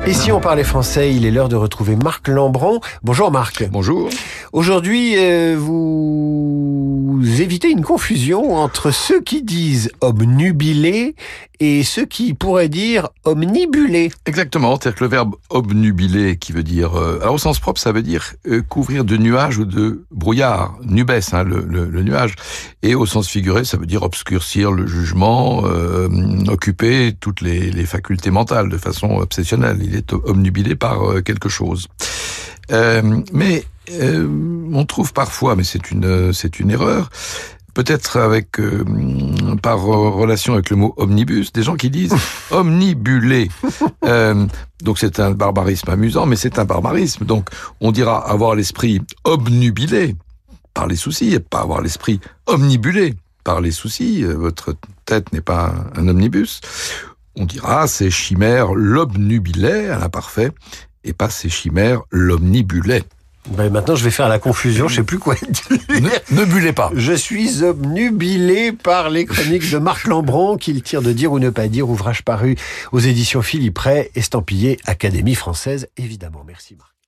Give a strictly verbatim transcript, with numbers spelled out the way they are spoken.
Et si on parlait français, il est l'heure de retrouver Marc Lambron. Bonjour Marc. Bonjour. Aujourd'hui, euh, vous évitez une confusion entre ceux qui disent obnubilé et ceux qui pourraient dire omnibulé. Exactement, c'est-à-dire que le verbe obnubiler, qui veut dire, euh, alors au sens propre, ça veut dire euh, couvrir de nuages ou de brouillard, nubes, hein, le, le, le nuage, et au sens figuré, ça veut dire obscurcir le jugement, euh, occuper toutes les, les facultés mentales de façon obsessionnelle. Il est obnubilé par euh, quelque chose. Euh, mais euh, on trouve parfois, mais c'est une c'est une erreur, peut-être avec euh, par relation avec le mot omnibus, des gens qui disent omnibulé. Euh, donc c'est un barbarisme amusant, mais c'est un barbarisme. Donc on dira avoir l'esprit obnubilé par les soucis, et pas avoir l'esprit omnibulé par les soucis. Votre tête n'est pas un omnibus. On dira ces chimères l'obnubilaient à l'imparfait, et pas ces chimères l'omnibulaient. Ben maintenant, je vais faire la confusion, je sais plus quoi dire. Ne, ne bulez pas. Je suis obnubilé par les chroniques de Marc Lambron, qu'il tire de Dire ou ne pas dire, ouvrage paru aux éditions Philippe Ray, estampillé Académie française, évidemment. Merci Marc.